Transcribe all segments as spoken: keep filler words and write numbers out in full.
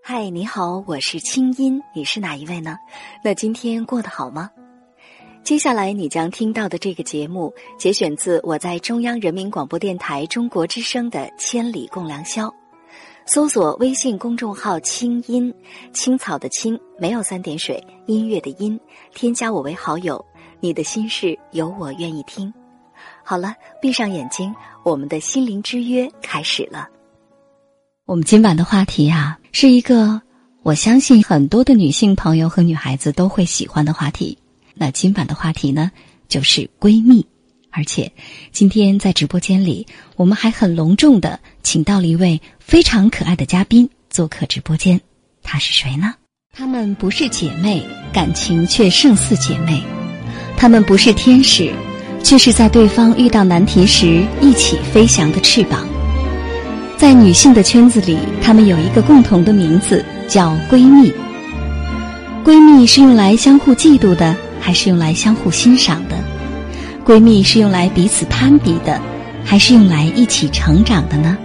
嗨，你好，我是清音，你是哪一位呢？那今天过得好吗？接下来你将听到的这个节目节选自我在中央人民广播电台中国之声的《千里共良宵》，搜索微信公众号清音，青草的青，没有三点水，音乐的音，添加我为好友，你的心事有我愿意听。好了，闭上眼睛，我们的心灵之约开始了。我们今晚的话题啊，是一个我相信很多的女性朋友和女孩子都会喜欢的话题。那今晚的话题呢，就是闺蜜。而且今天在直播间里，我们还很隆重的请到了一位非常可爱的嘉宾做客直播间。她是谁呢？她们不是姐妹，感情却胜似姐妹；她们不是天使，却是在对方遇到难题时一起飞翔的翅膀。在女性的圈子里，她们有一个共同的名字，叫闺蜜。闺蜜是用来相互嫉妒的，还是用来相互欣赏的？闺蜜是用来彼此攀比的，还是用来一起成长的呢？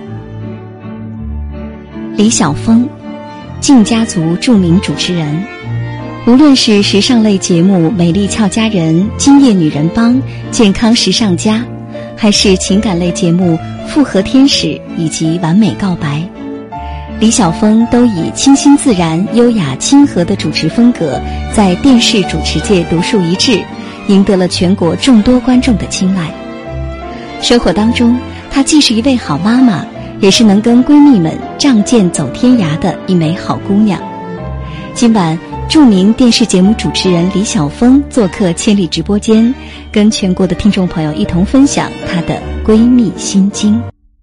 李晓峰，晋家族著名主持人，无论是时尚类节目《美丽俏佳人》《今夜女人帮》《健康时尚家》，还是情感类节目《复合天使》以及《完美告白》，李晓峰都以清新自然、优雅亲和的主持风格，在电视主持界独树一帜，赢得了全国众多观众的青睐。生活当中，她既是一位好妈妈，也是能跟闺蜜们仗剑走天涯的一枚好姑娘。今晚，著名电视节目主持人李晓峰做客千里直播间，跟全国的听众朋友一同分享她的闺蜜心经。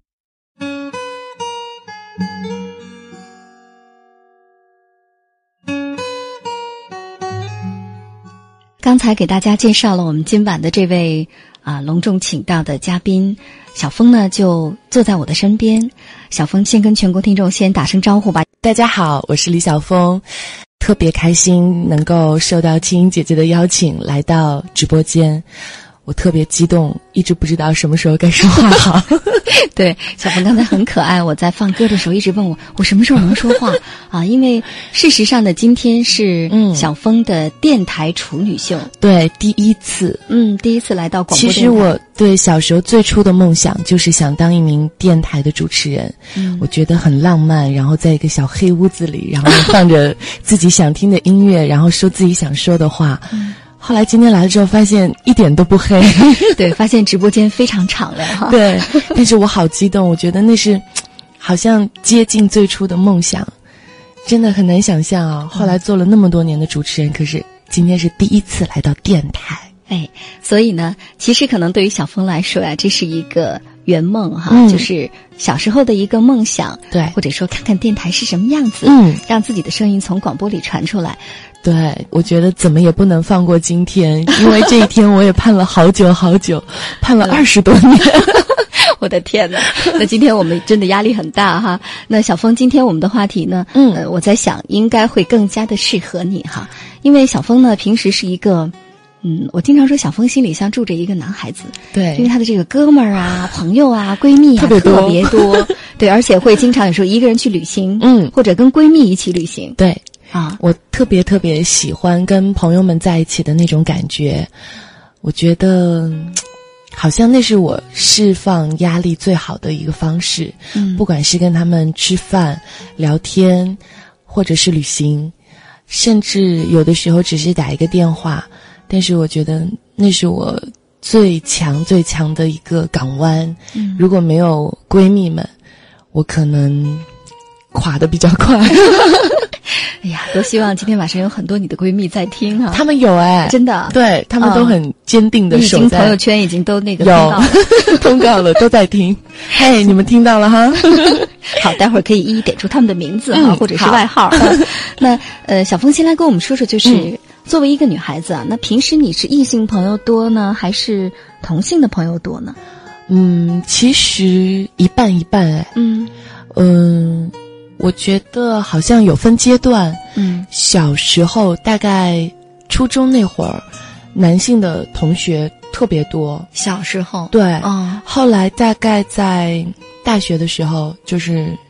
刚才给大家介绍了我们今晚的这位啊隆重请到的嘉宾小峰呢，就坐在我的身边。小峰先跟全国听众先打声招呼吧。 大家好，我是李晓峰，特别开心能够受到青音姐姐的邀请来到直播间，我特别激动，一直不知道什么时候该说话好。 对，小峰刚才很可爱，我在放歌的时候一直问我我什么时候能说话啊？因为事实上呢，今天是小峰的电台处女秀， 嗯、对，第一次， 嗯，第一次来到广播电台。 其实我对小时候最初的梦想就是想当一名电台的主持人，嗯、我觉得很浪漫，然后在一个小黑屋子里，然后放着自己想听的音乐，然后说自己想说的话。嗯，后来今天来了之后发现一点都不黑。 对，发现直播间非常敞亮哈。 对，但是我好激动，我觉得那是好像接近最初的梦想，真的很难想象啊。后来做了那么多年的主持人，可是今天是第一次来到电台。 哎，所以呢，其实可能对于小峰来说呀，这是一个圆梦哈， 嗯、 就是小时候的一个梦想， 对， 或者说看看电台是什么样子， 嗯， 让自己的声音从广播里传出来。 对，我觉得怎么也不能放过今天，因为这一天我也盼了好久好久，盼了二十多年。 我的天哪！那今天我们真的压力很大哈。那小峰，今天我们的话题呢，嗯、呃，我在想应该会更加的适合你哈，因为小峰呢平时是一个。嗯，我经常说小峰心里像住着一个男孩子， 对， 因为他的这个哥们儿啊、朋友啊、闺蜜啊特别多， 特别多对，而且会经常有时候一个人去旅行， 嗯， 或者跟闺蜜一起旅行， 对啊， 我特别特别喜欢跟朋友们在一起的那种感觉，我觉得好像那是我释放压力最好的一个方式，嗯，不管是跟他们吃饭、聊天，或者是旅行，甚至有的时候只是打一个电话。但是我觉得那是我最强最强的一个港湾，嗯，如果没有闺蜜们，我可能垮得比较快。 哎呀，多希望今天晚上有很多你的闺蜜在听啊！ 他们有哎， 真的， 对，他们都很坚定的守在， 已经朋友圈已经都那个有通告了，都在听。嘿，你们听到了哈？ 好，待会儿可以一一点出他们的名字哈，嗯、或者是外号。嗯、那呃，小峰先来跟我们说说，就是。嗯作为一个女孩子啊，那平时你是异性朋友多呢，还是同性的朋友多呢？ 嗯，其实一半一半哎。嗯嗯，我觉得好像有分阶段。嗯，小时候大概初中那会儿，男性的同学特别多。 小时候， 对，嗯，后来大概在大学的时候，就是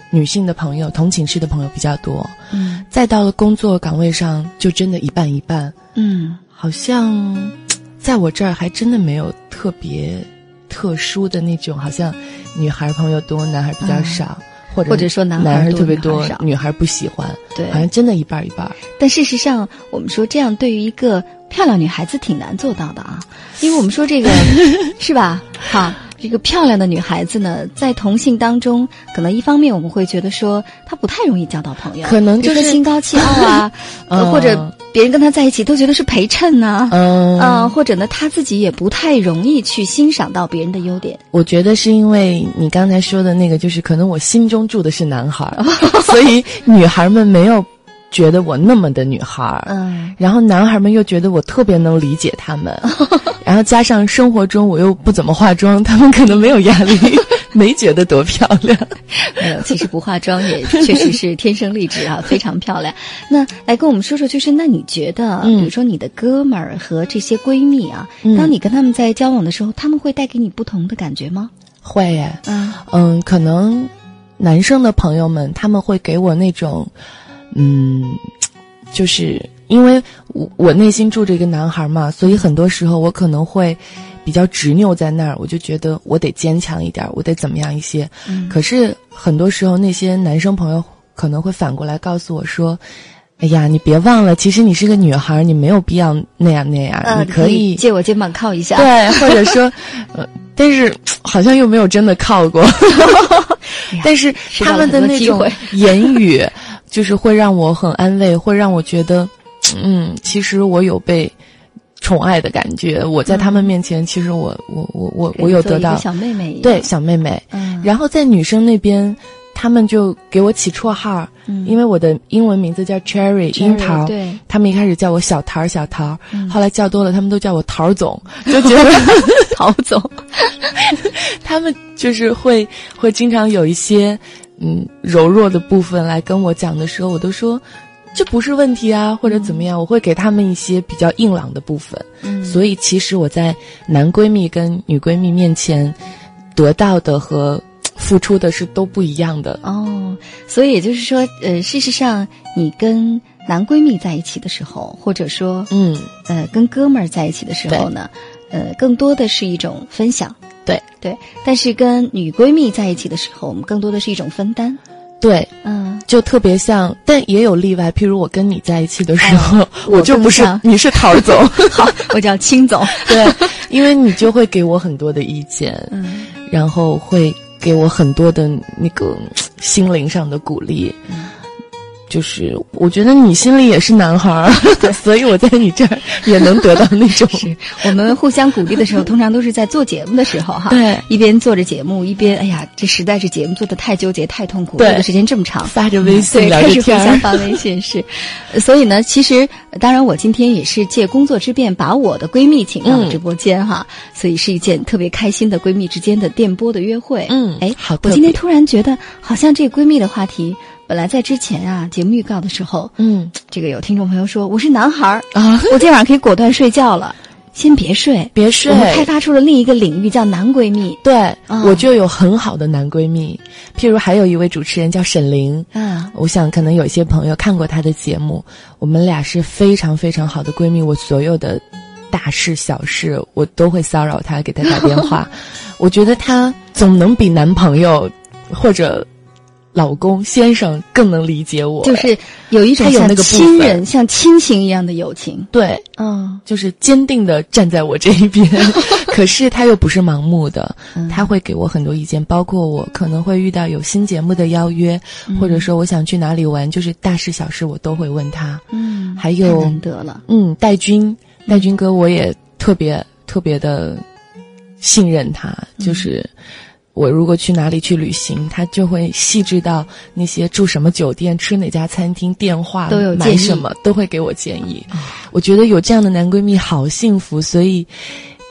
女性的朋友，同寝室的朋友比较多。 嗯， 再到了工作岗位上，就真的一半一半。 嗯， 好像在我这儿还真的没有特别特殊的那种，好像女孩朋友多，男孩比较少。嗯，或者或者说男孩男孩特别多， 女孩少， 女孩不喜欢， 对， 好像真的一半一半。 但事实上，我们说这样对于一个漂亮女孩子挺难做到的啊，因为我们说这个是吧？好，这个漂亮的女孩子呢，在同性当中，可能一方面我们会觉得说她不太容易交到朋友， 可能就是比如说心高气傲啊，呃，或者别人跟她在一起都觉得是陪衬呐、啊，嗯、呃，或者呢，她自己也不太容易去欣赏到别人的优点。 我觉得是因为你刚才说的那个，就是可能我心中住的是男孩，所以女孩们没有觉得我那么的女孩，嗯，然后男孩们又觉得我特别能理解他们，然后加上生活中我又不怎么化妆，他们可能没有压力，没觉得多漂亮。 没有，其实不化妆也确实是天生丽质啊，非常漂亮。那来跟我们说说，就是那你觉得，嗯、比如说你的哥们儿和这些闺蜜啊，嗯、当你跟他们在交往的时候，他们会带给你不同的感觉吗？ 会耶， 嗯嗯，可能男生的朋友们他们会给我那种。嗯，就是因为我我内心住着一个男孩嘛，所以很多时候我可能会比较执拗在那儿，我就觉得我得坚强一点，我得怎么样一些。嗯，可是很多时候那些男生朋友可能会反过来告诉我说，哎呀，你别忘了，其实你是个女孩，你没有必要那样那样， 呃、 你可以借我肩膀靠一下。 对，或者说，呃，但是好像又没有真的靠过。但是他们的那种言语。就是会让我很安慰，会让我觉得，嗯，其实我有被宠爱的感觉。我在他们面前，嗯、其实我我我我我有得到小妹妹， 对小妹妹。嗯，然后在女生那边，他们就给我起绰号，嗯、因为我的英文名字叫 Cherry 樱桃， 对， 他们一开始叫我小桃小桃，嗯、后来叫多了，他们都叫我桃总，就觉得桃总， 他们就是会会经常有一些。嗯，柔弱的部分来跟我讲的时候，我都说这不是问题啊，或者怎么样，我会给他们一些比较硬朗的部分。嗯，所以其实我在男闺蜜跟女闺蜜面前得到的和付出的是都不一样的。 哦，所以也就是说，呃，事实上你跟男闺蜜在一起的时候，或者说，嗯，呃，跟哥们儿在一起的时候呢，呃，更多的是一种分享。 对对，但是跟女闺蜜在一起的时候，我们更多的是一种分担。 对， 嗯， 就特别像，但也有例外。譬如我跟你在一起的时候，哦、我就不是，你是陶总， 好，我叫青总。 对，因为你就会给我很多的意见，嗯，然后会给我很多的那个心灵上的鼓励。嗯，就是我觉得你心里也是男孩儿，所以我在你这儿也能得到那种。 是我们互相鼓励的时候，通常都是在做节目的时候哈。 对， 一边做着节目，一边哎呀，这实在是节目做的太纠结、太痛苦，做的时间这么长， 发着微信、 嗯、 聊着天， 开始互相发微信是。所以呢，其实当然我今天也是借工作之便，把我的闺蜜请到了直播间、嗯、哈，所以是一件特别开心的闺蜜之间的电波的约会。 嗯， 哎， 好， 我今天突然觉得，好像这个闺蜜的话题。本来在之前啊，节目预告的时候，嗯，这个有听众朋友说我是男孩儿啊，我今天晚上可以果断睡觉了。先别睡， 别睡。 我们开发出了另一个领域，叫男闺蜜。 对，嗯、我就有很好的男闺蜜。譬如还有一位主持人叫沈凌， 嗯， 我想可能有一些朋友看过她的节目，我们俩是非常非常好的闺蜜。我所有的大事小事，我都会骚扰她，给她打电话。我觉得她总能比男朋友或者。老公先生更能理解我， 就是有一种像亲人像亲情一样的友情。 对， 嗯， 就是坚定的站在我这一边。可是他又不是盲目的，嗯、他会给我很多意见，包括我可能会遇到有新节目的邀约，嗯、或者说我想去哪里玩，就是大事小事我都会问他。 嗯， 还有太难得了。 嗯，戴军，戴军哥我也特别特别的信任他， 嗯、 就是。我如果去哪里去旅行，他就会细致到那些住什么酒店、吃哪家餐厅、电话都有买什么，都会给我建议。我觉得有这样的男闺蜜好幸福，所以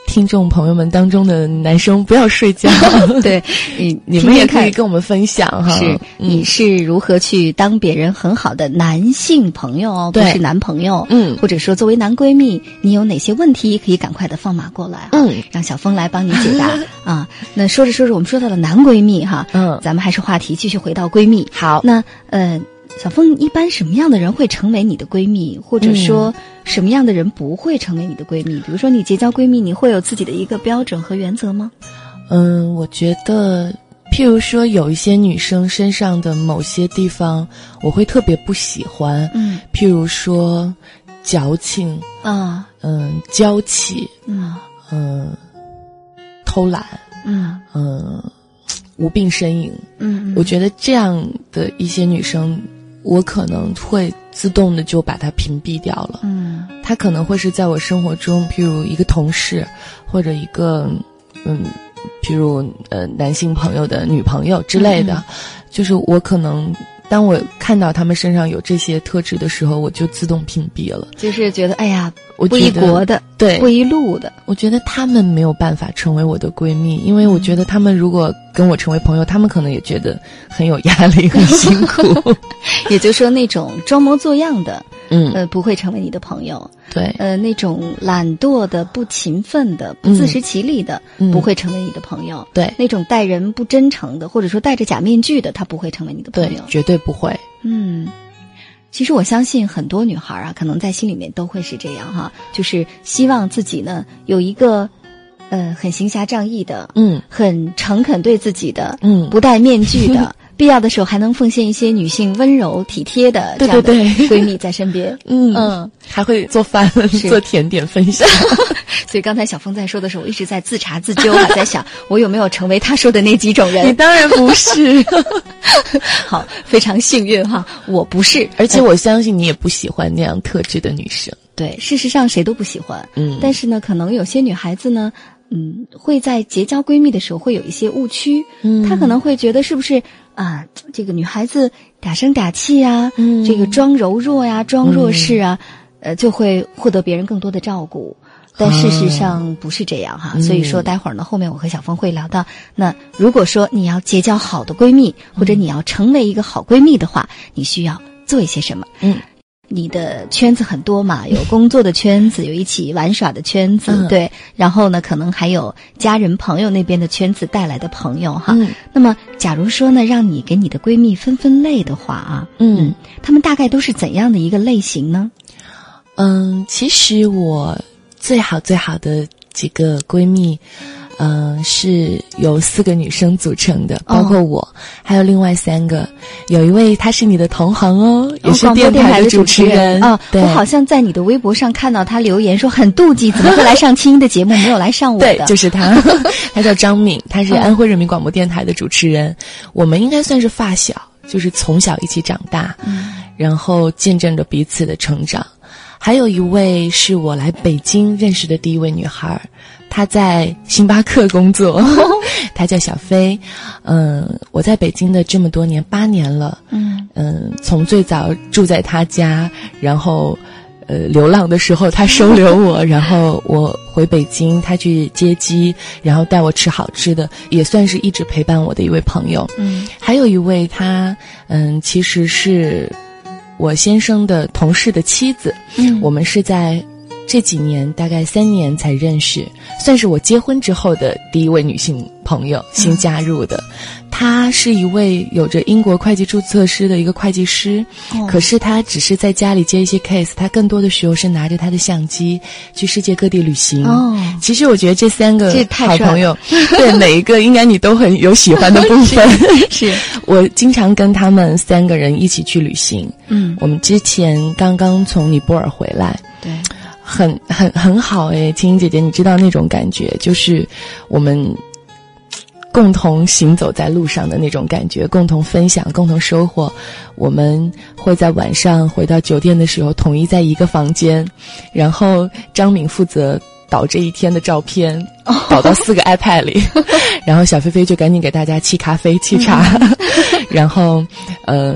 听众朋友们当中的男生不要睡觉。 对，你你们也可以跟我们分享哈。 是、嗯、你是如何去当别人很好的男性朋友哦，不是男朋友。嗯，或者说作为男闺蜜，你有哪些问题可以赶快的放马过来，嗯，让小峰来帮你解答啊。那说着说着，我们说到了男闺蜜哈，嗯，咱们还是话题继续回到闺蜜。 好， 那呃。小峰，一般什么样的人会成为你的闺蜜，或者说什么样的人不会成为你的闺蜜？比如说你结交闺蜜，你会有自己的一个标准和原则吗？ 嗯，我觉得譬如说有一些女生身上的某些地方我会特别不喜欢，嗯，譬如说矫情啊，嗯，娇气，嗯嗯，偷懒，嗯嗯，无病呻吟，嗯，我觉得这样的一些女生，我可能会自动的就把它屏蔽掉了。嗯，她可能会是在我生活中，譬如一个同事，或者一个嗯，譬如呃男性朋友的女朋友之类的，嗯、就是我可能当我看到他们身上有这些特质的时候，我就自动屏蔽了。 就是觉得哎呀，不一国的， 对， 不一路的。 我觉得他们没有办法成为我的闺蜜，因为我觉得他们如果跟我成为朋友，他们可能也觉得很有压力，很辛苦。 也就是说，那种装模作样的，嗯，呃，不会成为你的朋友。 对， 呃，那种懒惰的、不勤奋的、不自食其力的，嗯、不会成为你的朋友。 对， 那种待人不真诚的，或者说戴着假面具的，他不会成为你的朋友。 对，绝对不会。 嗯。其实我相信很多女孩啊，可能在心里面都会是这样哈，就是希望自己呢有一个，呃，很行侠仗义的，嗯，很诚恳对自己的，嗯，不戴面具的，必要的时候还能奉献一些女性温柔体贴的这样的闺蜜在身边， 嗯嗯，还会做饭做甜点分享。 所以刚才小峰在说的时候，我一直在自查自纠啊，在想我有没有成为他说的那几种人。 你当然不是。 好，非常幸运哈，我不是， 而且我相信你也不喜欢那样特质的女生。 对，事实上谁都不喜欢，嗯，但是呢，可能有些女孩子呢，嗯，会在结交闺蜜的时候会有一些误区，嗯，她可能会觉得是不是啊，这个女孩子嗲声嗲气啊，嗯，这个装柔弱呀，装弱势啊，嗯、呃，就会获得别人更多的照顾。但事实上不是这样哈，哦、所以说待会儿呢，后面我和小峰会聊到，那如果说你要结交好的闺蜜，或者你要成为一个好闺蜜的话，你需要做一些什么？嗯，你的圈子很多嘛，有工作的圈子，有一起玩耍的圈子，嗯、对，然后呢，可能还有家人朋友那边的圈子带来的朋友哈。嗯、那么，假如说呢，让你给你的闺蜜分分类的话啊，嗯，她们大概都是怎样的一个类型呢？ 嗯，其实我。最好最好的几个闺蜜，嗯、呃，是由四个女生组成的，包括我，哦、还有另外三个。有一位她是你的同行哦，也是电台的主持人啊。我好像在你的微博上看到她留言说很妒忌，怎么会来上青音的节目，没有来上我的？ 对，就是她，她叫张敏，她是安徽人民广播电台的主持人。我们应该算是发小，就是从小一起长大，嗯、然后见证着彼此的成长。还有一位是我来北京认识的第一位女孩，她在星巴克工作，她叫小飞。嗯，我在北京的这么多年，八年了。嗯嗯，从最早住在她家，然后呃流浪的时候她收留我，然后我回北京，她去接机，然后带我吃好吃的，也算是一直陪伴我的一位朋友。嗯，还有一位她嗯其实是我先生的同事的妻子，嗯，我们是在这几年大概三年才认识，算是我结婚之后的第一位女性朋友，新加入的。嗯、她是一位有着英国会计注册师的一个会计师，哦、可是她只是在家里接一些 case， 她更多的时候是拿着她的相机去世界各地旅行。哦，其实我觉得这三个好朋友，对每一个应该你都很有喜欢的部分。 是, 是我经常跟他们三个人一起去旅行。嗯，我们之前刚刚从尼泊尔回来。 对。 很很很好诶，青音姐姐，你知道那种感觉，就是我们共同行走在路上的那种感觉，共同分享，共同收获。我们会在晚上回到酒店的时候，统一在一个房间，然后张敏负责导这一天的照片，导到四个 iPad 里，然后小菲菲就赶紧给大家沏咖啡、沏茶，嗯、然后嗯。呃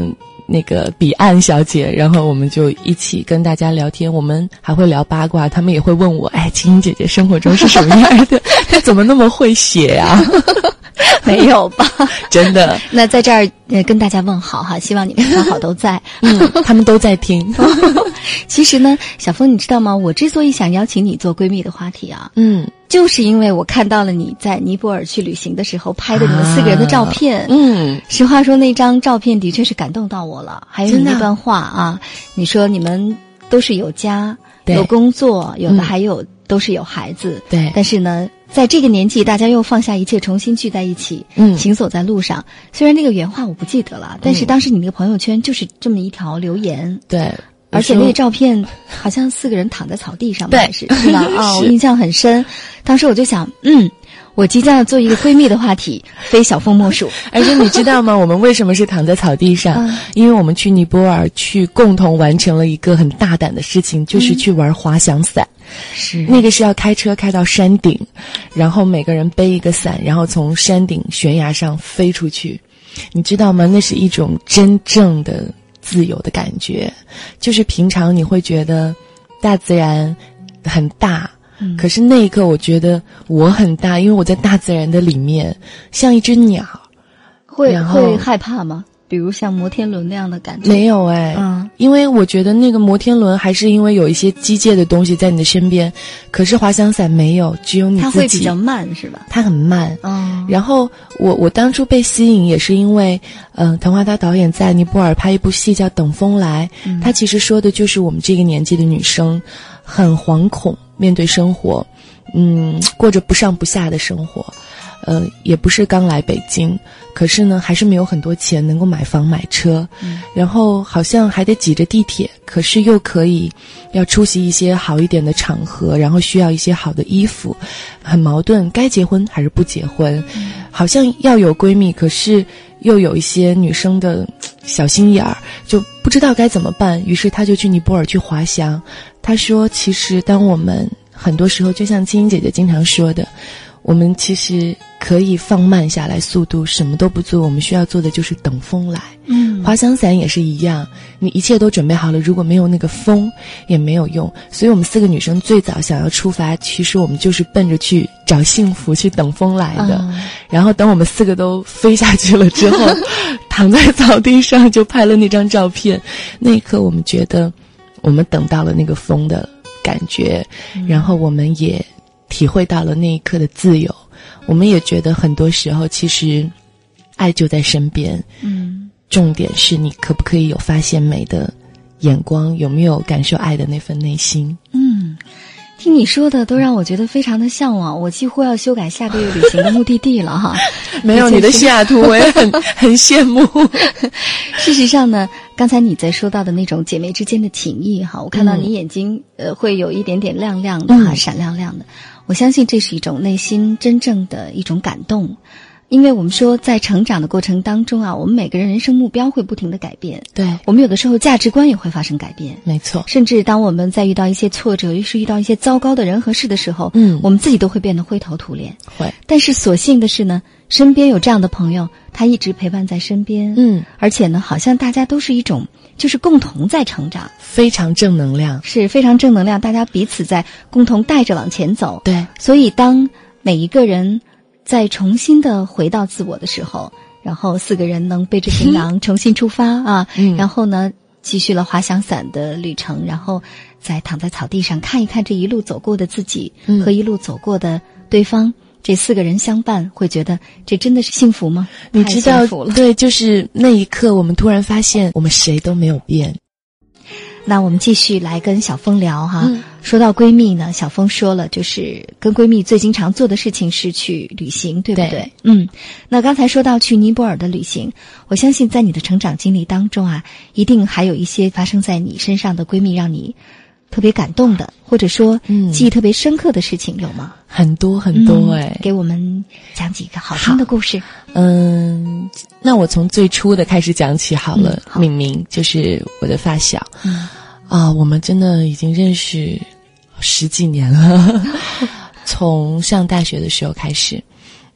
那个彼岸小姐，然后我们就一起跟大家聊天，我们还会聊八卦，他们也会问我，哎，青音姐姐生活中是什么样的？她怎么那么会写啊？ 没有吧？ 真的。 那在这儿、呃、跟大家问好哈，希望你们好好都在。 嗯，他们都在听。 其实呢，小峰你知道吗？我之所以想邀请你做闺蜜的话题啊， 嗯， 就是因为我看到了你在尼泊尔去旅行的时候拍的你们四个人的照片。啊、 嗯， 实话说那张照片的确是感动到我了。还有你那段话啊，你说你们都是有家有工作，有的还有、嗯、都是有孩子。 对， 但是呢在这个年纪大家又放下一切重新聚在一起，嗯，行走在路上。虽然那个原话我不记得了、嗯、但是当时你那个朋友圈就是这么一条留言。 对， 而且那个照片好像四个人躺在草地上吧，还是对是吧？啊、哦，我印象很深。当时我就想，嗯，我即将要做一个闺蜜的话题，非小峰莫属。 而且你知道吗？我们为什么是躺在草地上？嗯、因为我们去尼泊尔去共同完成了一个很大胆的事情，就是去玩滑翔伞。 是、 嗯、那个是要开车开到山顶，然后每个人背一个伞，然后从山顶悬崖上飞出去。你知道吗？那是一种真正的自由的感觉。就是平常你会觉得大自然很大，嗯、可是那一刻我觉得我很大，因为我在大自然的里面，像一只鸟。 会会害怕吗？比如像摩天轮那样的感觉？ 没有哎，嗯，因为我觉得那个摩天轮还是因为有一些机械的东西在你的身边，可是滑翔伞没有，只有你自己。 它会比较慢是吧？ 它很慢。 嗯， 然后我我当初被吸引也是因为，嗯、呃，滕华达导演在尼泊尔拍一部戏叫《等风来》，嗯，他其实说的就是我们这个年纪的女生很惶恐面对生活，嗯，过着不上不下的生活。呃，也不是刚来北京，可是呢，还是没有很多钱能够买房买车，嗯，然后好像还得挤着地铁，可是又可以要出席一些好一点的场合，然后需要一些好的衣服，很矛盾，该结婚还是不结婚，嗯，好像要有闺蜜，可是又有一些女生的小心眼儿，就不知道该怎么办，于是她就去尼泊尔去滑翔。她说，其实当我们很多时候，就像青音姐姐经常说的，我们其实可以放慢下来速度，什么都不做，我们需要做的就是等风来。嗯，滑翔伞也是一样，你一切都准备好了，如果没有那个风也没有用。所以我们四个女生最早想要出发，其实我们就是奔着去找幸福，去等风来的。嗯，然后等我们四个都飞下去了之后，躺在草地上就拍了那张照片。那一刻我们觉得我们等到了那个风的感觉，嗯，然后我们也体会到了那一刻的自由。我们也觉得很多时候其实爱就在身边，嗯，重点是你可不可以有发现美的眼光，有没有感受爱的那份内心。 嗯，听你说的都让我觉得非常的向往，我几乎要修改下个月旅行的目的地了哈。 没有你的西雅图我也很很羡慕。 事实上呢，刚才你在说到的那种姐妹之间的情谊哈，我看到你眼睛、嗯、呃会有一点点亮亮的哈、嗯，闪亮亮的。我相信这是一种内心真正的一种感动。因为我们说在成长的过程当中啊，我们每个人人生目标会不停的改变， 对， 我们有的时候价值观也会发生改变， 没错， 甚至当我们在遇到一些挫折，于是遇到一些糟糕的人和事的时候，嗯，我们自己都会变得灰头土脸， 会。 但是所幸的是呢，身边有这样的朋友，他一直陪伴在身边，嗯，而且呢，好像大家都是一种就是共同在成长， 非常正能量， 是非常正能量，大家彼此在共同带着往前走， 对， 所以当每一个人再重新的回到自我的时候，然后四个人能背着行囊重新出发啊、嗯，然后呢继续了滑翔伞的旅程，然后再躺在草地上看一看这一路走过的自己、嗯、和一路走过的对方，这四个人相伴，会觉得这真的是幸福吗？ 你知道，对，就是那一刻我们突然发现我们谁都没有变。 那我们继续来跟小峰聊哈、嗯，说到闺蜜呢，小峰说了，就是跟闺蜜最经常做的事情是去旅行，对不对？对，嗯。那刚才说到去尼泊尔的旅行，我相信在你的成长经历当中啊，一定还有一些发生在你身上的闺蜜让你特别感动的，或者说记忆特别深刻的事情，有吗？ 很多很多哎、嗯， 给我们讲几个好听的故事。 嗯，那我从最初的开始讲起好了。嗯、好，敏敏就是我的发小，嗯啊，我们真的已经认识十几年了，从上大学的时候开始。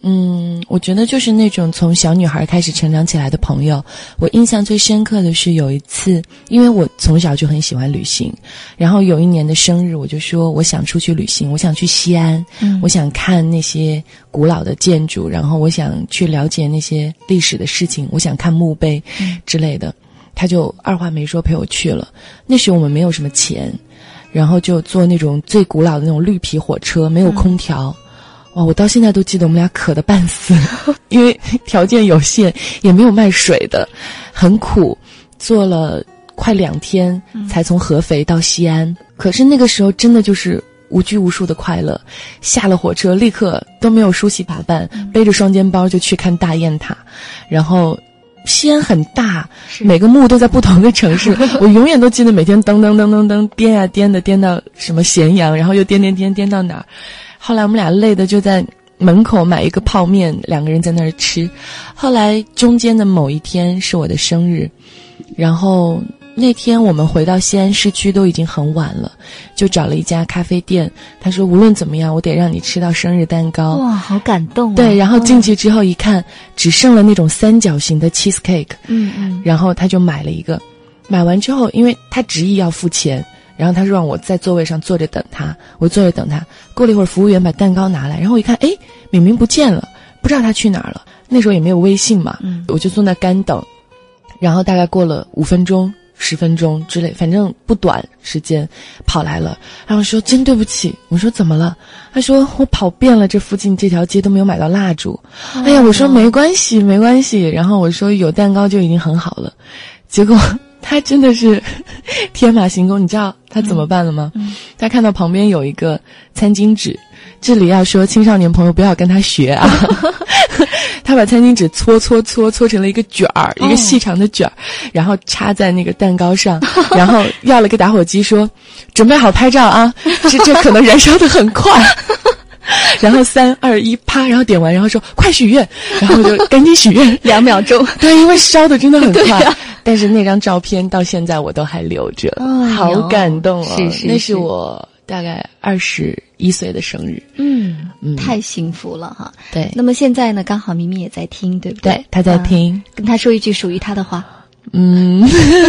嗯，我觉得就是那种从小女孩开始成长起来的朋友。我印象最深刻的是有一次，因为我从小就很喜欢旅行，然后有一年的生日我就说我想出去旅行，我想去西安、嗯、我想看那些古老的建筑，然后我想去了解那些历史的事情，我想看墓碑之类的、嗯、他就二话没说陪我去了。那时我们没有什么钱，然后就坐那种最古老的那种绿皮火车，没有空调、嗯哇，我到现在都记得我们俩渴得半死，因为条件有限，也没有卖水的，很苦，坐了快两天才从合肥到西安、嗯、可是那个时候真的就是无拘无束的快乐，下了火车立刻都没有梳洗打扮、嗯、背着双肩包就去看大雁塔。然后西安很大，每个墓都在不同的城市我永远都记得每天噔噔噔噔噔颠呀颠的颠到什么咸阳，然后又颠颠颠颠到哪儿。后来我们俩累的就在门口买一个泡面，两个人在那儿吃。后来中间的某一天是我的生日，然后那天我们回到西安市区都已经很晚了，就找了一家咖啡店，他说无论怎么样我得让你吃到生日蛋糕。 哇，好感动啊。 对，然后进去之后一看、哦、只剩了那种三角形的 cheesecake， 嗯嗯， 然后他就买了一个。买完之后因为他执意要付钱，然后他说让我在座位上坐着等他，我坐着等他。过了一会儿服务员把蛋糕拿来，然后我一看，诶，明明不见了，不知道他去哪儿了。那时候也没有微信嘛、嗯、我就坐那干等。然后大概过了五分钟十分钟之类，反正不短时间跑来了，然后说真对不起。我说怎么了？他说我跑遍了这附近这条街都没有买到蜡烛、哦、哎呀，我说没关系没关系，然后我说有蛋糕就已经很好了。结果他真的是天马行空，你知道他怎么办了吗、嗯嗯、他看到旁边有一个餐巾纸，这里要说青少年朋友不要跟他学啊他把餐巾纸搓搓搓搓成了一个卷儿、哦、一个细长的卷儿，然后插在那个蛋糕上然后要了个打火机说准备好拍照啊，这这可能燃烧得很快然后三二一啪，然后点完，然后说快许愿，然后就赶紧许愿两秒钟。 对，因为烧的真的很快、啊、但是那张照片到现在我都还留着、哦、好感动哦。 是是是， 那是我大概二十一岁的生日。 嗯嗯，太幸福了哈。 对， 那么现在呢，刚好咪咪也在听，对不对？ 对，他在听、啊、 跟他说一句属于他的话。 嗯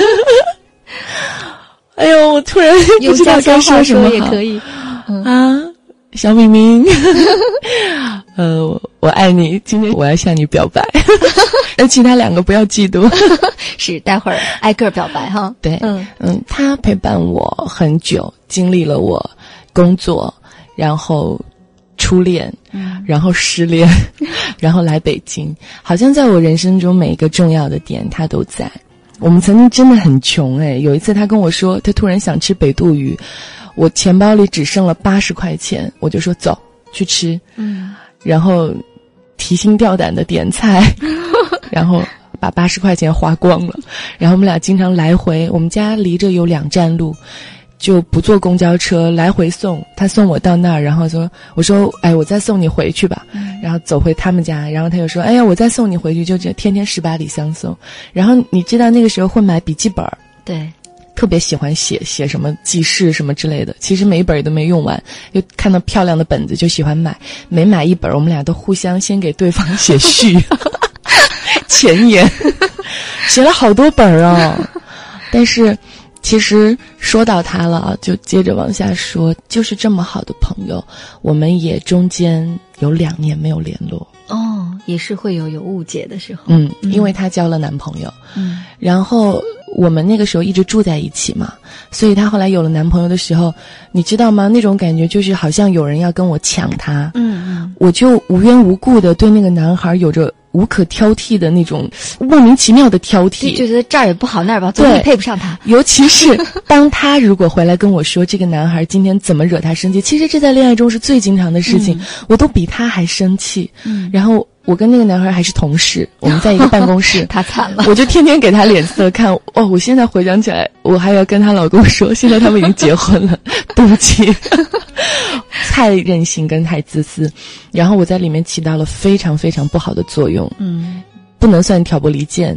哎呦，我突然不知道该说什么好。 也可以、 嗯、啊，小明明呃我爱你，今天我要向你表白而其他两个不要嫉妒是，待会儿挨个表白哈。 对，嗯嗯，他陪伴我很久，经历了我工作，然后初恋、嗯、然后失恋然后来北京，好像在我人生中每一个重要的点他都在。我们曾经真的很穷诶，有一次他跟我说他突然想吃北肚鱼，我钱包里只剩了八十块钱，我就说走去吃，嗯，然后提心吊胆的点菜然后把八十块钱花光了。然后我们俩经常来回，我们家离着有两站路，就不坐公交车，来回送，他送我到那儿，然后说我说哎我再送你回去吧、嗯、然后走回他们家，然后他就说哎呀我再送你回去，就这天天十八里相送。然后你知道那个时候会买笔记本， 对， 特别喜欢写写什么记事什么之类的，其实每一本都没用完，又看到漂亮的本子就喜欢买，每买一本我们俩都互相先给对方写序前言写了好多本哦。但是其实说到他了啊，就接着往下说，就是这么好的朋友，我们也中间有两年没有联络哦，也是会有有误解的时候。 嗯，因为她交了男朋友，嗯，然后我们那个时候一直住在一起嘛，所以她后来有了男朋友的时候，你知道吗？那种感觉就是好像有人要跟我抢她，嗯嗯，我就无缘无故的对那个男孩有着无可挑剔的那种莫名其妙的挑剔， 就觉得这儿也不好那儿吧，总也配不上他。 尤其是当他如果回来跟我说这个男孩今天怎么惹他生气，其实这在恋爱中是最经常的事情、嗯、我都比他还生气、嗯、然后我跟那个男孩还是同事，我们在一个办公室他惨了， 我就天天给他脸色看。哦，我现在回想起来我还要跟他老公说现在他们已经结婚了对不起太任性跟太自私，然后我在里面起到了非常非常不好的作用，嗯，不能算挑拨离间，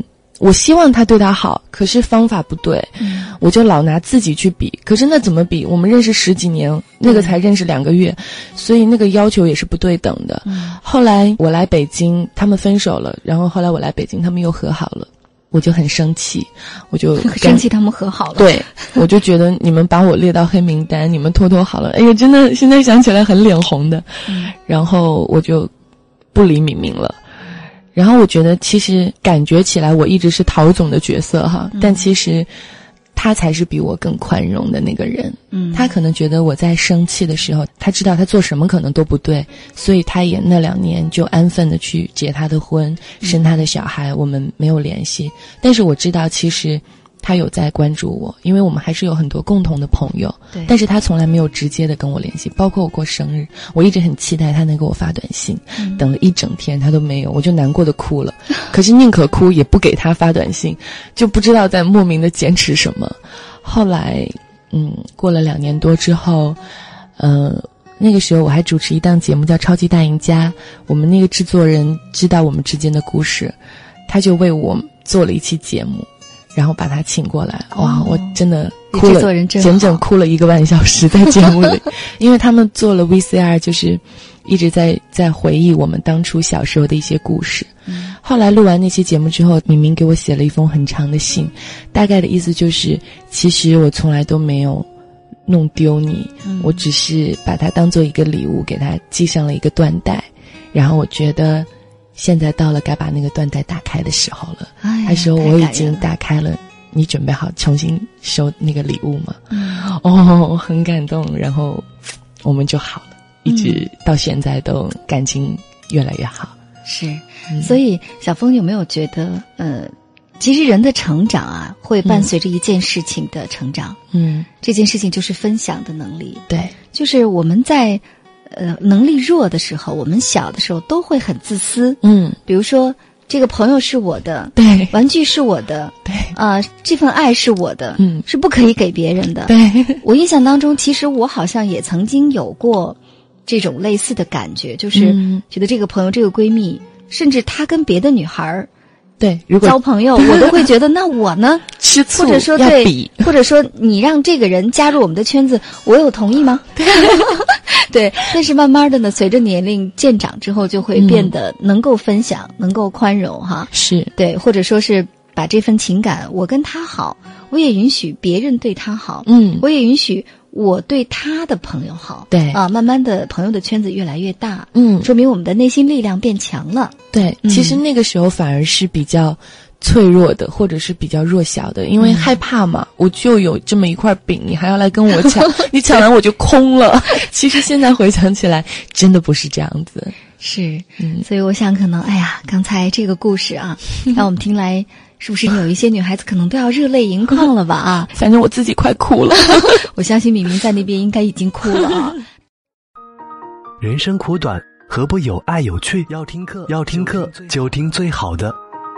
我希望他对他好，可是方法不对，嗯，我就老拿自己去比，可是那怎么比？我们认识十几年，那个才认识两个月，所以那个要求也是不对等的。嗯，后来我来北京，他们分手了，然后后来我来北京，他们又和好了。我就很生气，我就很生气他们和好了。 对，我就觉得你们把我列到黑名单，你们拖拖好了。哎呀，真的现在想起来很脸红的。嗯，然后我就不理敏敏了。然后我觉得其实感觉起来我一直是陶总的角色哈，嗯，但其实他才是比我更宽容的那个人。嗯，他可能觉得我在生气的时候，他知道他做什么可能都不对，所以他也那两年就安分的去结他的婚，生他的小孩，我们没有联系。但是我知道其实他有在关注我，因为我们还是有很多共同的朋友。对，但是他从来没有直接的跟我联系，包括我过生日，我一直很期待他能给我发短信，嗯，等了一整天他都没有，我就难过的哭了。可是宁可哭也不给他发短信，就不知道在莫名的坚持什么。后来嗯，过了两年多之后，呃那个时候我还主持一档节目叫《超级大赢家》，我们那个制作人知道我们之间的故事，他就为我做了一期节目，然后把他请过来。哇，哦，我真的哭了，整整哭了一个半小时在节目里，因为他们做了 V C R， 就是一直在在回忆我们当初小时候的一些故事。嗯，后来录完那期节目之后，明明给我写了一封很长的信，大概的意思就是其实我从来都没有弄丢你，嗯，我只是把它当做一个礼物给他系上了一个缎带，然后我觉得现在到了该把那个缎带打开的时候了。哎，他说我已经打开了，你准备好重新收那个礼物吗？嗯，哦，很感动，然后我们就好了，一直到现在都感情越来越好。 是，嗯，所以小峰有没有觉得呃其实人的成长啊会伴随着一件事情的成长。嗯，这件事情就是分享的能力。对，就是我们在呃能力弱的时候，我们小的时候都会很自私。嗯，比如说这个朋友是我的，对，玩具是我的，对，啊，呃，这份爱是我的，嗯，是不可以给别人的。对，我印象当中，其实我好像也曾经有过这种类似的感觉，就是觉得这个朋友、这个闺蜜，甚至她跟别的女孩对，如果交朋友，我都会觉得那我呢？吃醋，或者说对，或者说你让这个人加入我们的圈子，我有同意吗？对，但是慢慢的呢，随着年龄渐长之后，就会变得能够分享，嗯，能够宽容哈。是，对，或者说是把这份情感，我跟他好，我也允许别人对他好，嗯，我也允许我对他的朋友好。对啊，慢慢的朋友的圈子越来越大，嗯，说明我们的内心力量变强了。对，嗯，其实那个时候反而是比较脆弱的，或者是比较弱小的，因为害怕嘛，嗯，我就有这么一块饼，你还要来跟我抢，你抢完我就空了。其实现在回想起来，真的不是这样子。是，嗯，所以我想可能，哎呀，刚才这个故事啊，让我们听来，是不是有一些女孩子可能都要热泪盈眶了吧？啊，反正我自己快哭了。我相信敏敏在那边应该已经哭了啊。 人生苦短，何不有爱有趣？要听课，要听课就听最好的。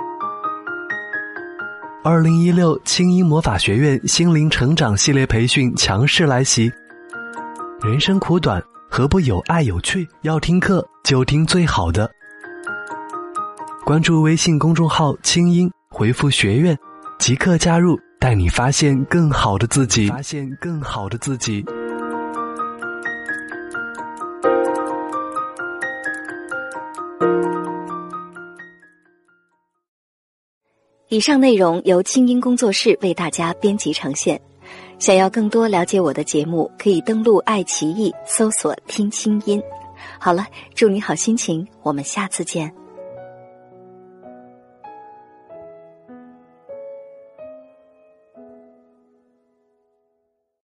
二零一六清音魔法学院心灵成长系列培训强势来袭。人生苦短，何不有爱有趣？要听课就听最好的。关注微信公众号清音，回复学院，即刻加入，带你发现更好的自己，发现更好的自己。 以上内容由清音工作室为大家编辑呈现。想要更多了解我的节目，可以登录爱奇艺搜索听清音。好了，祝你好心情，我们下次见。